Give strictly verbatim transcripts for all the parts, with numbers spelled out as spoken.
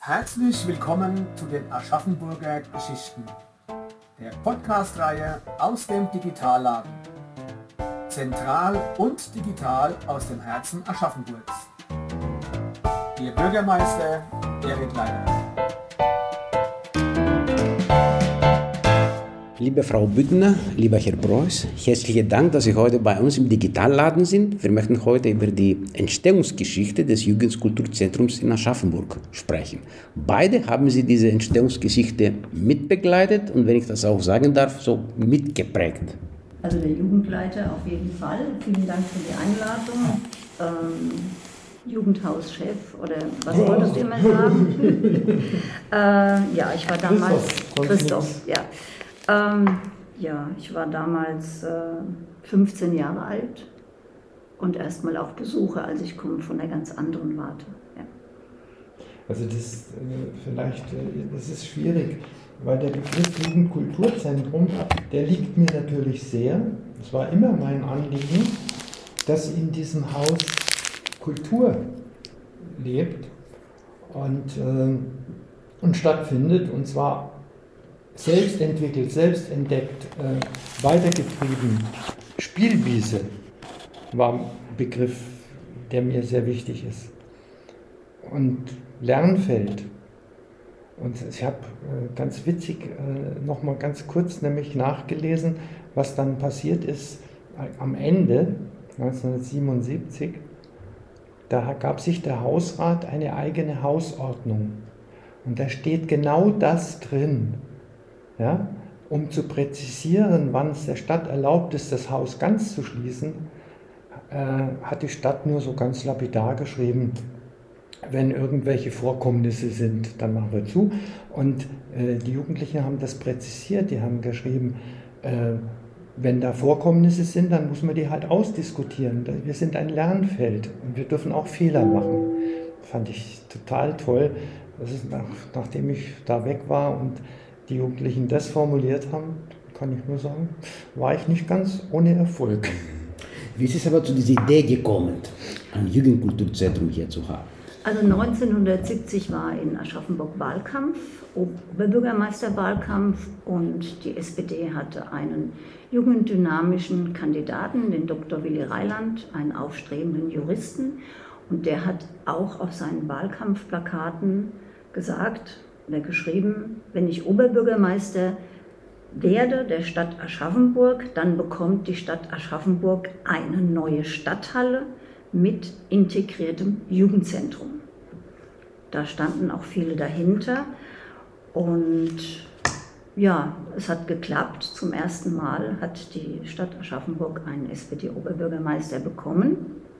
Herzlich willkommen zu den Aschaffenburger Geschichten, der Podcast-Reihe aus dem Digitalladen. Zentral und digital aus dem Herzen Aschaffenburgs. Ihr Bürgermeister Erik Leider. Liebe Frau Büttner, lieber Herr Preuß, herzlichen Dank, dass Sie heute bei uns im Digitalladen sind. Wir möchten heute über die Entstehungsgeschichte des Jugendkulturzentrums in Aschaffenburg sprechen. Beide haben Sie diese Entstehungsgeschichte mitbegleitet und, wenn ich das auch sagen darf, so mitgeprägt. Also der Jugendleiter auf jeden Fall. Vielen Dank für die Einladung. Ähm, Jugendhauschef oder was wolltest du immer sagen? äh, ja, ich war damals Christoph. Christoph ja. Ähm, ja, ich war damals äh, fünfzehn Jahre alt und erstmal auch Besucher, also ich komme von einer ganz anderen Warte. Ja. Also das äh, vielleicht, äh, das ist schwierig, weil der Begriff Jugendkulturzentrum, der liegt mir natürlich sehr. Es war immer mein Anliegen, dass in diesem Haus Kultur lebt und, äh, und stattfindet, und zwar selbst entwickelt, selbst entdeckt, äh, weitergetrieben. Spielwiese war ein Begriff, der mir sehr wichtig ist. Und Lernfeld. Und ich habe äh, ganz witzig äh, nochmal ganz kurz nämlich nachgelesen, was dann passiert ist äh, am Ende neunzehnhundertsiebenundsiebzig. Da gab sich der Hausrat eine eigene Hausordnung. Und da steht genau das drin. Ja, um zu präzisieren, wann es der Stadt erlaubt ist, das Haus ganz zu schließen, äh, hat die Stadt nur so ganz lapidar geschrieben, wenn irgendwelche Vorkommnisse sind, dann machen wir zu. Und äh, die Jugendlichen haben das präzisiert, die haben geschrieben, äh, wenn da Vorkommnisse sind, dann muss man die halt ausdiskutieren. Wir sind ein Lernfeld und wir dürfen auch Fehler machen. Fand ich total toll. Das ist nach, nachdem ich da weg war und die Jugendlichen das formuliert haben, kann ich nur sagen, war ich nicht ganz ohne Erfolg. Wie ist es aber zu dieser Idee gekommen, ein Jugendkulturzentrum hier zu haben? Also neunzehnhundertsiebzig war in Aschaffenburg Wahlkampf, Oberbürgermeisterwahlkampf, und die S P D hatte einen jungen, dynamischen Kandidaten, den Doktor Willy Reiland, einen aufstrebenden Juristen, und der hat auch auf seinen Wahlkampfplakaten gesagt, oder geschrieben, wenn ich Oberbürgermeister werde der Stadt Aschaffenburg, dann bekommt die Stadt Aschaffenburg eine neue Stadthalle mit integriertem Jugendzentrum. Da standen auch viele dahinter und ja, es hat geklappt. Zum ersten Mal hat die Stadt Aschaffenburg einen S P D-Oberbürgermeister bekommen.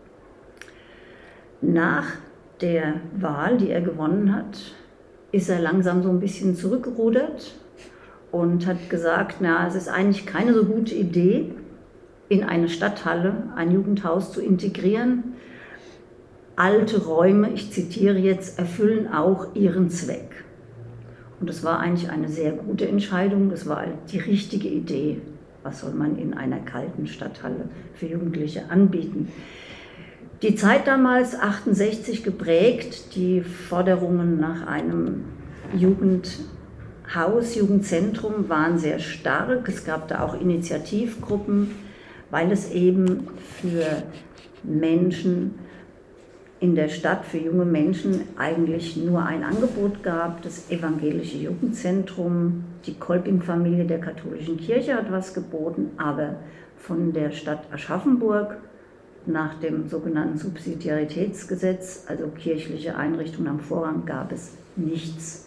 Nach der Wahl, die er gewonnen hat, ist er langsam so ein bisschen zurückgerudert und hat gesagt, na, es ist eigentlich keine so gute Idee, in eine Stadthalle ein Jugendhaus zu integrieren. Alte Räume, ich zitiere jetzt, erfüllen auch ihren Zweck. Und das war eigentlich eine sehr gute Entscheidung, das war die richtige Idee. Was soll man in einer kalten Stadthalle für Jugendliche anbieten? Die Zeit damals, achtundsechzig geprägt, die Forderungen nach einem Jugendhaus, Jugendzentrum waren sehr stark. Es gab da auch Initiativgruppen, weil es eben für Menschen in der Stadt, für junge Menschen eigentlich nur ein Angebot gab, das evangelische Jugendzentrum. Die Kolping-Familie der katholischen Kirche hat was geboten, aber von der Stadt Aschaffenburg nach dem sogenannten Subsidiaritätsgesetz, also kirchliche Einrichtungen am Vorrang, gab es nichts.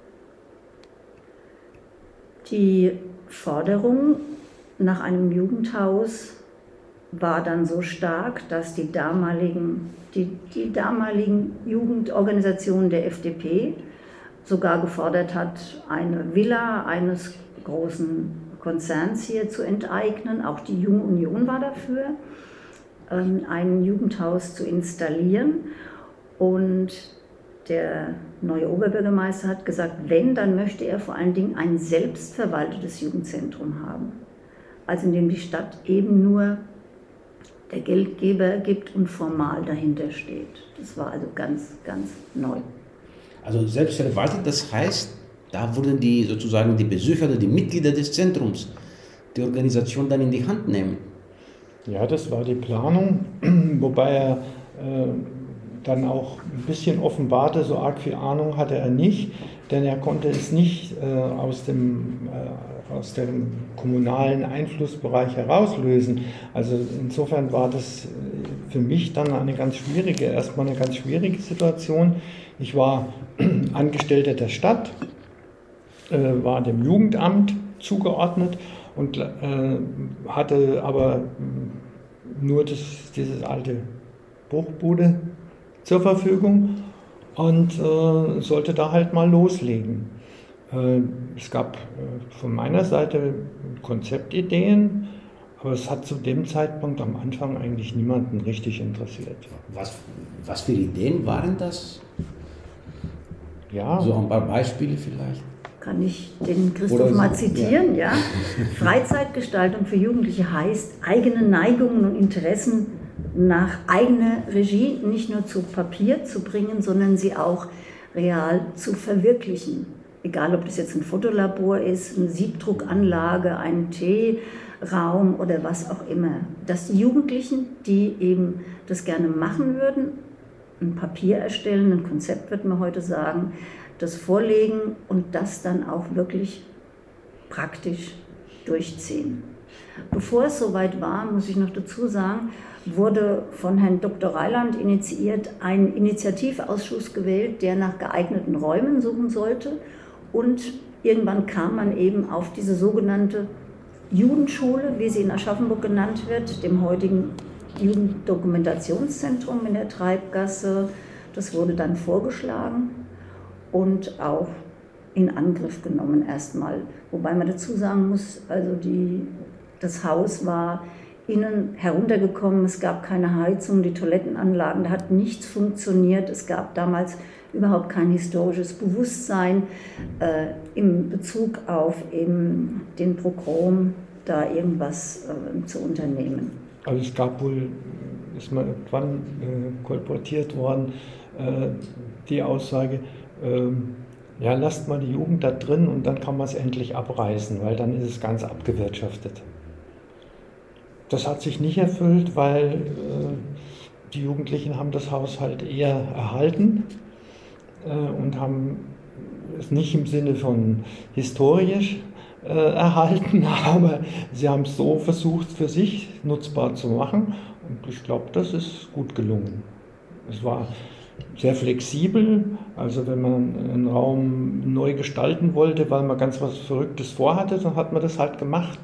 Die Forderung nach einem Jugendhaus war dann so stark, dass die damaligen, die, die damaligen Jugendorganisationen der F D P sogar gefordert hat, eine Villa eines großen Konzerns hier zu enteignen. Auch die Junge Union war dafür, ein Jugendhaus zu installieren, und der neue Oberbürgermeister hat gesagt, wenn, dann möchte er vor allen Dingen ein selbstverwaltetes Jugendzentrum haben, also in dem die Stadt eben nur der Geldgeber gibt und formal dahinter steht. Das war also ganz, ganz neu. Also selbstverwaltet, das heißt, da wurden die sozusagen die Besucher oder die Mitglieder des Zentrums die Organisation dann in die Hand nehmen. Ja, das war die Planung, wobei er äh, dann auch ein bisschen offenbarte, so arg viel Ahnung hatte er nicht, denn er konnte es nicht äh, aus dem, äh, aus dem kommunalen Einflussbereich herauslösen. Also insofern war das für mich dann eine ganz schwierige, erstmal eine ganz schwierige Situation. Ich war Angestellter der Stadt, äh, war dem Jugendamt zugeordnet und äh, hatte aber nur das, dieses alte Bruchbude zur Verfügung und äh, sollte da halt mal loslegen. Äh, es gab äh, von meiner Seite Konzeptideen, aber es hat zu dem Zeitpunkt am Anfang eigentlich niemanden richtig interessiert. Was, was für Ideen waren das? Ja. So ein paar Beispiele vielleicht? Kann ich den Christoph Oder so, mal zitieren? Ja. Ja. Freizeitgestaltung für Jugendliche heißt, eigene Neigungen und Interessen nach eigener Regie nicht nur zu Papier zu bringen, sondern sie auch real zu verwirklichen. Egal, ob das jetzt ein Fotolabor ist, eine Siebdruckanlage, ein Teeraum oder was auch immer. Dass die Jugendlichen, die eben das gerne machen würden, ein Papier erstellen, ein Konzept, wird man heute sagen, das vorlegen und das dann auch wirklich praktisch durchziehen. Bevor es soweit war, muss ich noch dazu sagen, wurde von Herrn Doktor Reiland initiiert ein Initiativausschuss gewählt, der nach geeigneten Räumen suchen sollte. Und irgendwann kam man eben auf diese sogenannte Jugendschule, wie sie in Aschaffenburg genannt wird, dem heutigen Jugenddokumentationszentrum in der Treibgasse. Das wurde dann vorgeschlagen und auch in Angriff genommen erstmal. Wobei man dazu sagen muss, also die, das Haus war innen heruntergekommen, es gab keine Heizung, die Toilettenanlagen, da hat nichts funktioniert. Es gab damals überhaupt kein historisches Bewusstsein äh, im Bezug auf eben den Pogrom, da irgendwas äh, zu unternehmen. Also es gab wohl, ist mal irgendwann äh, kolportiert worden, äh, die Aussage, äh, ja, lasst mal die Jugend da drin und dann kann man es endlich abreißen, weil dann ist es ganz abgewirtschaftet. Das hat sich nicht erfüllt, weil äh, die Jugendlichen haben das Haus halt eher erhalten äh, und haben es nicht im Sinne von historisch äh, erhalten, aber sie haben es so versucht, für sich nutzbar zu machen und ich glaube, das ist gut gelungen. Es war sehr flexibel, also wenn man einen Raum neu gestalten wollte, weil man ganz was Verrücktes vorhatte, dann hat man das halt gemacht.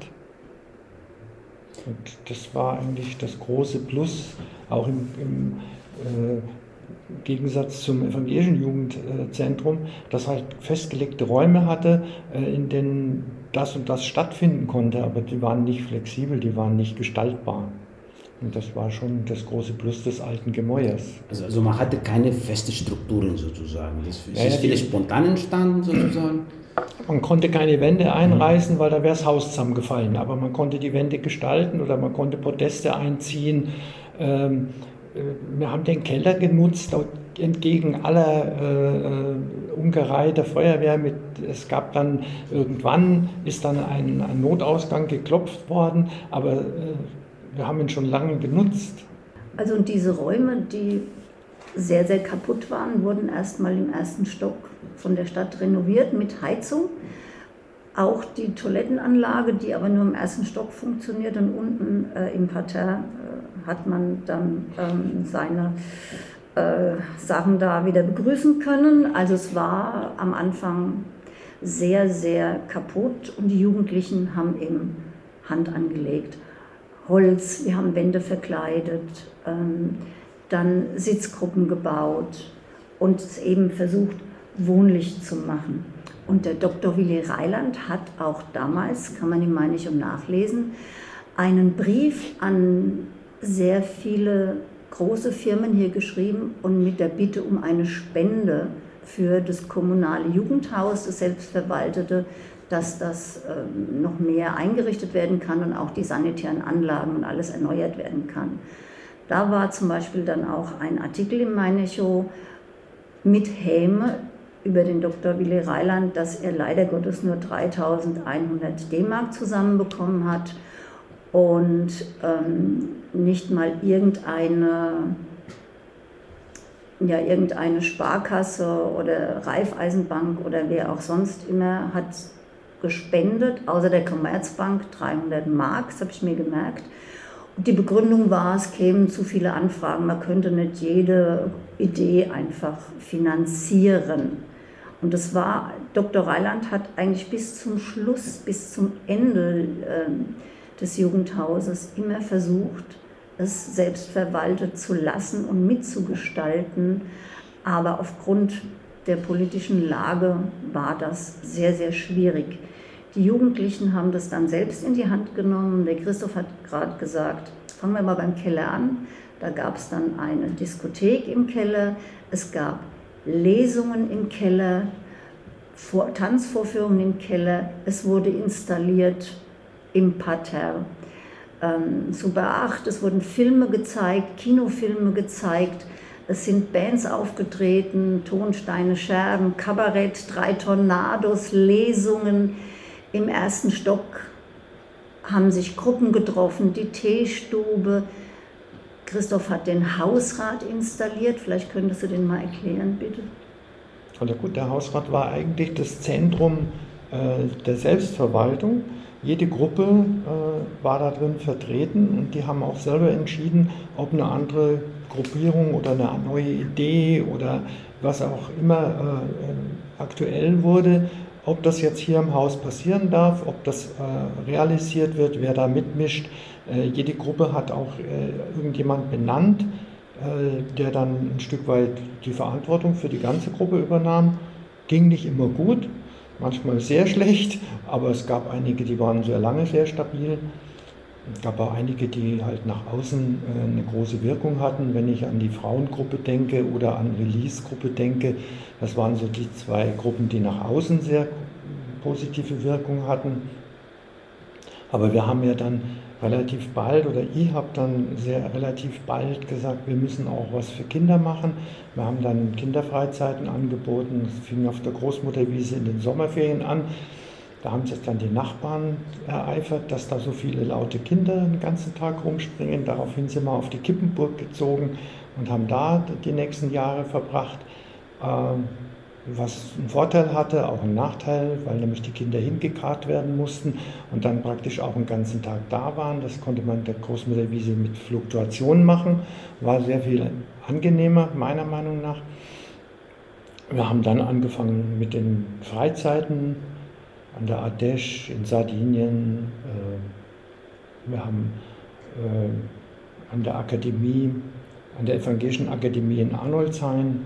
Und das war eigentlich das große Plus, auch im, im äh, Gegensatz zum evangelischen Jugendzentrum, das halt festgelegte Räume hatte, äh, in denen das und das stattfinden konnte, aber die waren nicht flexibel, die waren nicht gestaltbar. Und das war schon das große Plus des alten Gemäuers. Also, also man hatte keine feste Strukturen sozusagen. Das ist ja, ja, vieles spontan entstanden sozusagen. Man konnte keine Wände einreißen, weil da wäre das Haus zusammengefallen. Aber man konnte die Wände gestalten oder man konnte Podeste einziehen. Ähm, wir haben den Keller genutzt, entgegen aller äh, Ungerei der Feuerwehr. Mit, es gab dann, irgendwann ist dann ein, ein Notausgang geklopft worden, aber äh, wir haben ihn schon lange genutzt. Also diese Räume, die sehr, sehr kaputt waren, wurden erstmal im ersten Stock von der Stadt renoviert mit Heizung. Auch die Toilettenanlage, die aber nur im ersten Stock funktioniert und unten äh, im Parterre äh, hat man dann ähm, seine äh, Sachen da wieder begrüßen können. Also es war am Anfang sehr, sehr kaputt und die Jugendlichen haben eben Hand angelegt. Holz, wir haben Wände verkleidet, ähm, dann Sitzgruppen gebaut und es eben versucht, wohnlich zu machen. Und der Doktor Willi Reiland hat auch damals, kann man ihm meine ich um nachlesen, einen Brief an sehr viele große Firmen hier geschrieben und mit der Bitte um eine Spende für das kommunale Jugendhaus, das selbstverwaltete, dass das äh, noch mehr eingerichtet werden kann und auch die sanitären Anlagen und alles erneuert werden kann. Da war zum Beispiel dann auch ein Artikel im Main-Echo mit Häme über den Doktor Willy Reiland, dass er leider Gottes nur dreitausendeinhundert D-Mark zusammenbekommen hat und ähm, nicht mal irgendeine, ja, irgendeine Sparkasse oder Raiffeisenbank oder wer auch sonst immer hat gespendet, außer der Commerzbank dreihundert Mark, das habe ich mir gemerkt. Und die Begründung war, es kämen zu viele Anfragen, man könnte nicht jede Idee einfach finanzieren. Und das war, Doktor Reiland hat eigentlich bis zum Schluss, bis zum Ende äh, des Jugendhauses immer versucht, es selbst verwaltet zu lassen und mitzugestalten. Aber aufgrund der politischen Lage war das sehr, sehr schwierig. Die Jugendlichen haben das dann selbst in die Hand genommen. Der Christoph hat gerade gesagt, fangen wir mal beim Keller an. Da gab es dann eine Diskothek im Keller, es gab Lesungen im Keller, Vor- Tanzvorführungen im Keller, es wurde installiert im Parterre. Ähm, Super acht, es wurden Filme gezeigt, Kinofilme gezeigt, es sind Bands aufgetreten, Tonsteine Scherben, Kabarett, drei Tornados, Lesungen. Im ersten Stock haben sich Gruppen getroffen, die Teestube. Christoph hat den Hausrat installiert, vielleicht könntest du den mal erklären, bitte. Also gut, der Hausrat war eigentlich das Zentrum äh, der Selbstverwaltung. Jede Gruppe äh, war da drin vertreten und die haben auch selber entschieden, ob eine andere Gruppierung oder eine neue Idee oder was auch immer äh, aktuell wurde, ob das jetzt hier im Haus passieren darf, ob das äh, realisiert wird, wer da mitmischt. Äh, jede Gruppe hat auch äh, irgendjemand benannt, äh, der dann ein Stück weit die Verantwortung für die ganze Gruppe übernahm. Ging nicht immer gut, manchmal sehr schlecht, aber es gab einige, die waren sehr lange sehr stabil. Es gab auch einige, die halt nach außen äh, eine große Wirkung hatten. Wenn ich an die Frauengruppe denke oder an Release-Gruppe denke, das waren so die zwei Gruppen, die nach außen sehr positive Wirkung hatten. Aber wir haben ja dann relativ bald, oder ich habe dann sehr relativ bald gesagt, wir müssen auch was für Kinder machen. Wir haben dann Kinderfreizeiten angeboten. Es fing auf der Großmutterwiese in den Sommerferien an. Da haben sich dann die Nachbarn ereifert, dass da so viele laute Kinder den ganzen Tag rumspringen. Daraufhin sind wir auf die Kippenburg gezogen und haben da die nächsten Jahre verbracht. Was einen Vorteil hatte, auch einen Nachteil, weil nämlich die Kinder hingekarrt werden mussten und dann praktisch auch den ganzen Tag da waren. Das konnte man der Großmutterwiese mit Fluktuationen machen. War sehr viel angenehmer, meiner Meinung nach. Wir haben dann angefangen mit den Freizeiten an der Ardèche, in Sardinien. Wir haben an der Akademie, an der Evangelischen Akademie in Arnoldshain,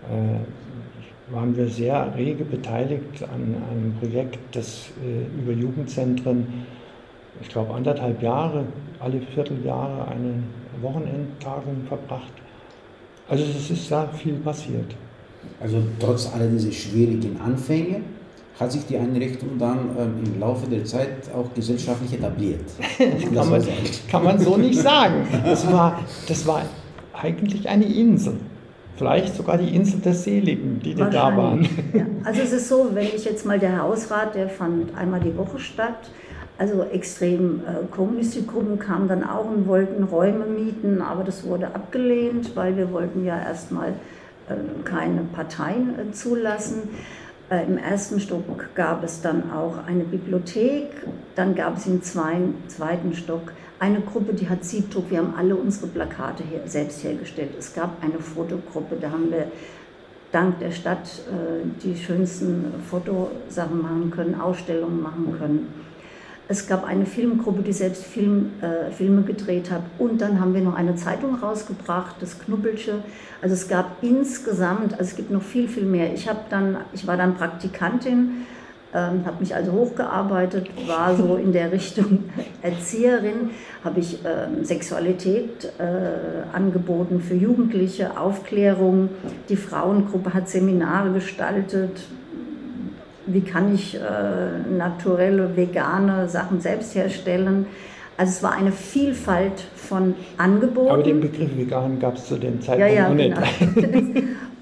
waren wir sehr rege beteiligt an einem Projekt, das über Jugendzentren, ich glaube anderthalb Jahre, alle Vierteljahre eine Wochenendtagung verbracht. Also es ist sehr viel passiert. Also trotz all dieser schwierigen Anfänge hat sich die Einrichtung dann ähm, im Laufe der Zeit auch gesellschaftlich etabliert. kann, man, kann man so nicht sagen. Das war, das war eigentlich eine Insel. Vielleicht sogar die Insel der Seligen, die da waren. Ja. Also es ist so, wenn ich jetzt mal der Hausrat, der fand einmal die Woche statt, also extrem äh, kommunistische Gruppen kamen dann auch und wollten Räume mieten, aber das wurde abgelehnt, weil wir wollten ja erstmal äh, keine Parteien äh, zulassen. Äh, Im ersten Stock gab es dann auch eine Bibliothek, dann gab es im zweiten, zweiten Stock eine Gruppe, die hat Siebdruck, wir haben alle unsere Plakate hier selbst hergestellt. Es gab eine Fotogruppe, da haben wir dank der Stadt äh, die schönsten Fotosachen machen können, Ausstellungen machen können. Es gab eine Filmgruppe, die selbst Film, äh, Filme gedreht hat. Und dann haben wir noch eine Zeitung rausgebracht, das Knubbelsche. Also es gab insgesamt, also es gibt noch viel, viel mehr. Ich, hab dann, ich war dann Praktikantin, ähm, habe mich also hochgearbeitet, war so in der Richtung Erzieherin, habe ich ähm, Sexualität äh, angeboten für Jugendliche, Aufklärung. Die Frauengruppe hat Seminare gestaltet. Wie kann ich äh, naturelle, vegane Sachen selbst herstellen? Also es war eine Vielfalt von Angeboten. Aber den Begriff vegan gab es zu dem Zeitpunkt ja, ja, noch genau. nicht.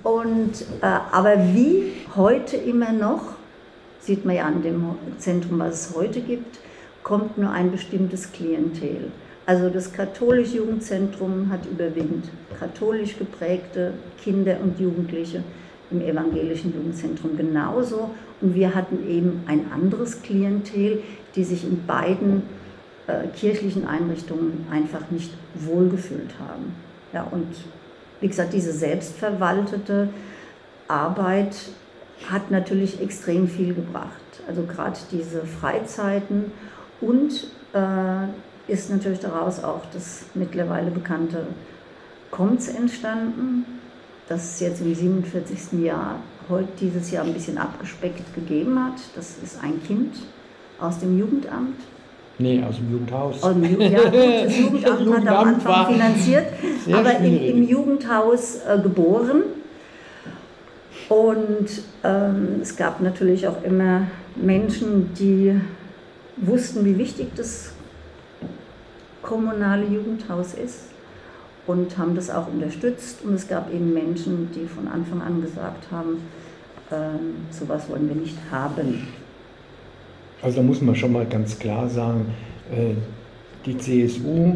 Und, äh, aber wie heute immer noch, sieht man ja an dem Zentrum, was es heute gibt, kommt nur ein bestimmtes Klientel. Also das katholische Jugendzentrum hat überwiegend katholisch geprägte Kinder und Jugendliche, im evangelischen Jugendzentrum genauso. Und wir hatten eben ein anderes Klientel, die sich in beiden äh, kirchlichen Einrichtungen einfach nicht wohlgefühlt haben. Ja, und wie gesagt, diese selbstverwaltete Arbeit hat natürlich extrem viel gebracht. Also gerade diese Freizeiten und äh, ist natürlich daraus auch das mittlerweile bekannte Komz entstanden, das es jetzt im siebenundvierzigsten Jahr, heute dieses Jahr ein bisschen abgespeckt gegeben hat. Das ist ein Kind aus dem Jugendamt. Nee, aus dem Jugendhaus. Aus dem Ju- ja, gut, das Jugendamt, das Jugendamt hat am Anfang finanziert, aber im, im Jugendhaus äh, geboren. Und ähm, es gab natürlich auch immer Menschen, die wussten, wie wichtig das kommunale Jugendhaus ist und haben das auch unterstützt. Und es gab eben Menschen, die von Anfang an gesagt haben, ähm, sowas wollen wir nicht haben. Also da muss man schon mal ganz klar sagen, äh, die C S U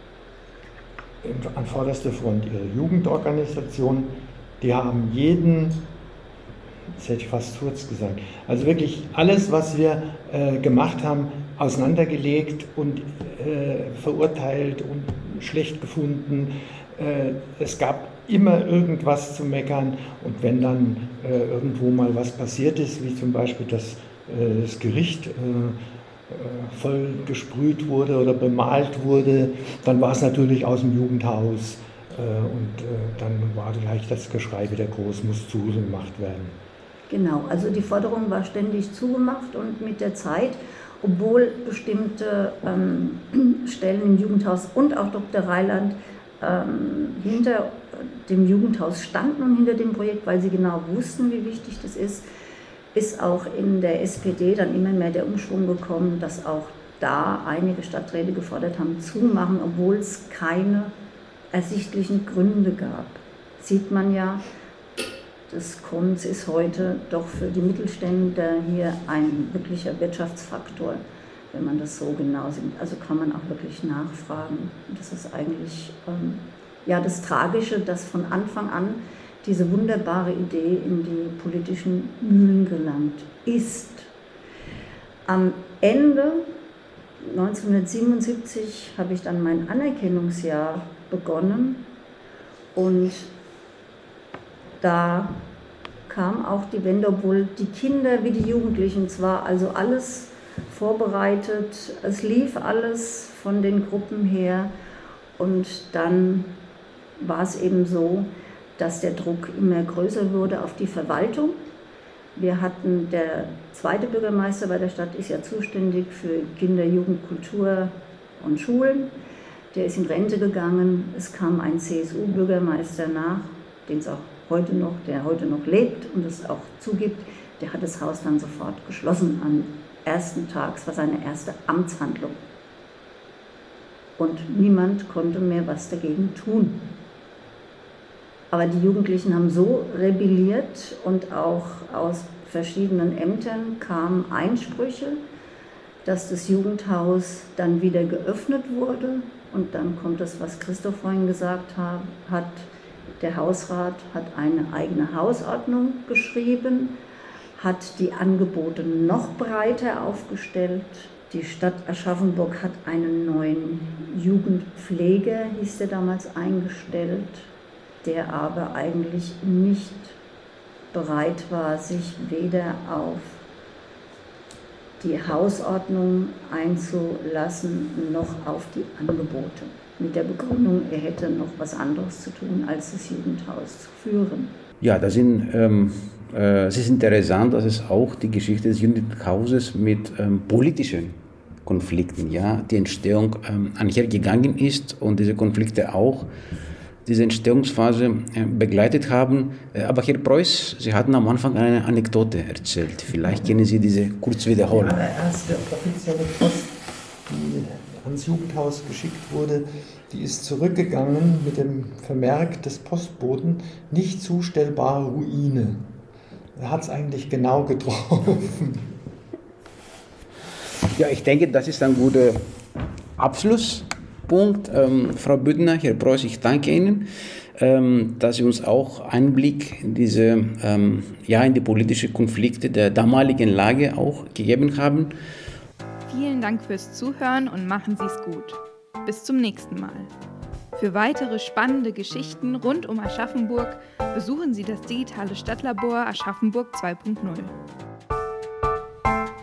an vorderster Front, ihre Jugendorganisation, die haben jeden, das hätte ich fast kurz gesagt, also wirklich alles, was wir äh, gemacht haben, auseinandergelegt und äh, verurteilt und schlecht gefunden. Äh, es gab immer irgendwas zu meckern und wenn dann äh, irgendwo mal was passiert ist, wie zum Beispiel das, äh, das Gericht äh, voll gesprüht wurde oder bemalt wurde, dann war es natürlich aus dem Jugendhaus äh, und äh, dann war gleich das Geschrei wieder groß, muss zugemacht werden. Genau, also die Forderung war ständig zugemacht und mit der Zeit, obwohl bestimmte ähm, Stellen im Jugendhaus und auch Doktor Reiland ähm, hinter dem Jugendhaus standen und hinter dem Projekt, weil sie genau wussten, wie wichtig das ist, ist auch in der S P D dann immer mehr der Umschwung gekommen, dass auch da einige Stadträte gefordert haben, zumachen, obwohl es keine ersichtlichen Gründe gab. Sieht man ja, das Komz ist heute doch für die Mittelständler hier ein wirklicher Wirtschaftsfaktor, wenn man das so genau sieht. Also kann man auch wirklich nachfragen. Und das ist eigentlich ähm, ja, das Tragische, dass von Anfang an diese wunderbare Idee in die politischen Mühlen gelangt ist. Am Ende neunzehnhundertsiebenundsiebzig habe ich dann mein Anerkennungsjahr begonnen und da kam auch die Wende, obwohl die Kinder wie die Jugendlichen, zwar also alles vorbereitet, es lief alles von den Gruppen her und dann war es eben so, dass der Druck immer größer wurde auf die Verwaltung. Wir hatten, der zweite Bürgermeister bei der Stadt ist ja zuständig für Kinder, Jugend, Kultur und Schulen. Der ist in Rente gegangen. Es kam ein C S U-Bürgermeister nach, den es auch heute noch, der heute noch lebt und es auch zugibt. Der hat das Haus dann sofort geschlossen am ersten Tag. Es war seine erste Amtshandlung. Und niemand konnte mehr was dagegen tun. Aber die Jugendlichen haben so rebelliert und auch aus verschiedenen Ämtern kamen Einsprüche, dass das Jugendhaus dann wieder geöffnet wurde. Und dann kommt das, was Christoph vorhin gesagt hat. Der Hausrat hat eine eigene Hausordnung geschrieben, hat die Angebote noch breiter aufgestellt. Die Stadt Aschaffenburg hat einen neuen Jugendpfleger, hieß der damals, eingestellt, der aber eigentlich nicht bereit war, sich weder auf die Hausordnung einzulassen, noch auf die Angebote. Mit der Begründung, er hätte noch was anderes zu tun, als das Jugendhaus zu führen. Ja, das sind, ähm, äh, es ist interessant, dass es auch die Geschichte des Jugendhauses mit ähm, politischen Konflikten, ja, die Entstehung ähm, einhergegangen ist und diese Konflikte auch diese Entstehungsphase äh, begleitet haben. Äh, aber Herr Preuß, Sie hatten am Anfang eine Anekdote erzählt. Vielleicht können Sie diese kurz wiederholen. Die allererste offizielle Post, die ans Jugendhaus geschickt wurde, die ist zurückgegangen mit dem Vermerk des Postboten, nicht zustellbare Ruine. Er hat es eigentlich genau getroffen. Ja, ich denke, das ist ein guter Abschlusspunkt. Ähm, Frau Büttner, Herr Preuß, ich danke Ihnen, ähm, dass Sie uns auch Einblick in diese, ähm, ja, in die politischen Konflikte der damaligen Lage auch gegeben haben. Vielen Dank fürs Zuhören und machen Sie es gut. Bis zum nächsten Mal. Für weitere spannende Geschichten rund um Aschaffenburg besuchen Sie das digitale Stadtlabor Aschaffenburg zwei punkt null.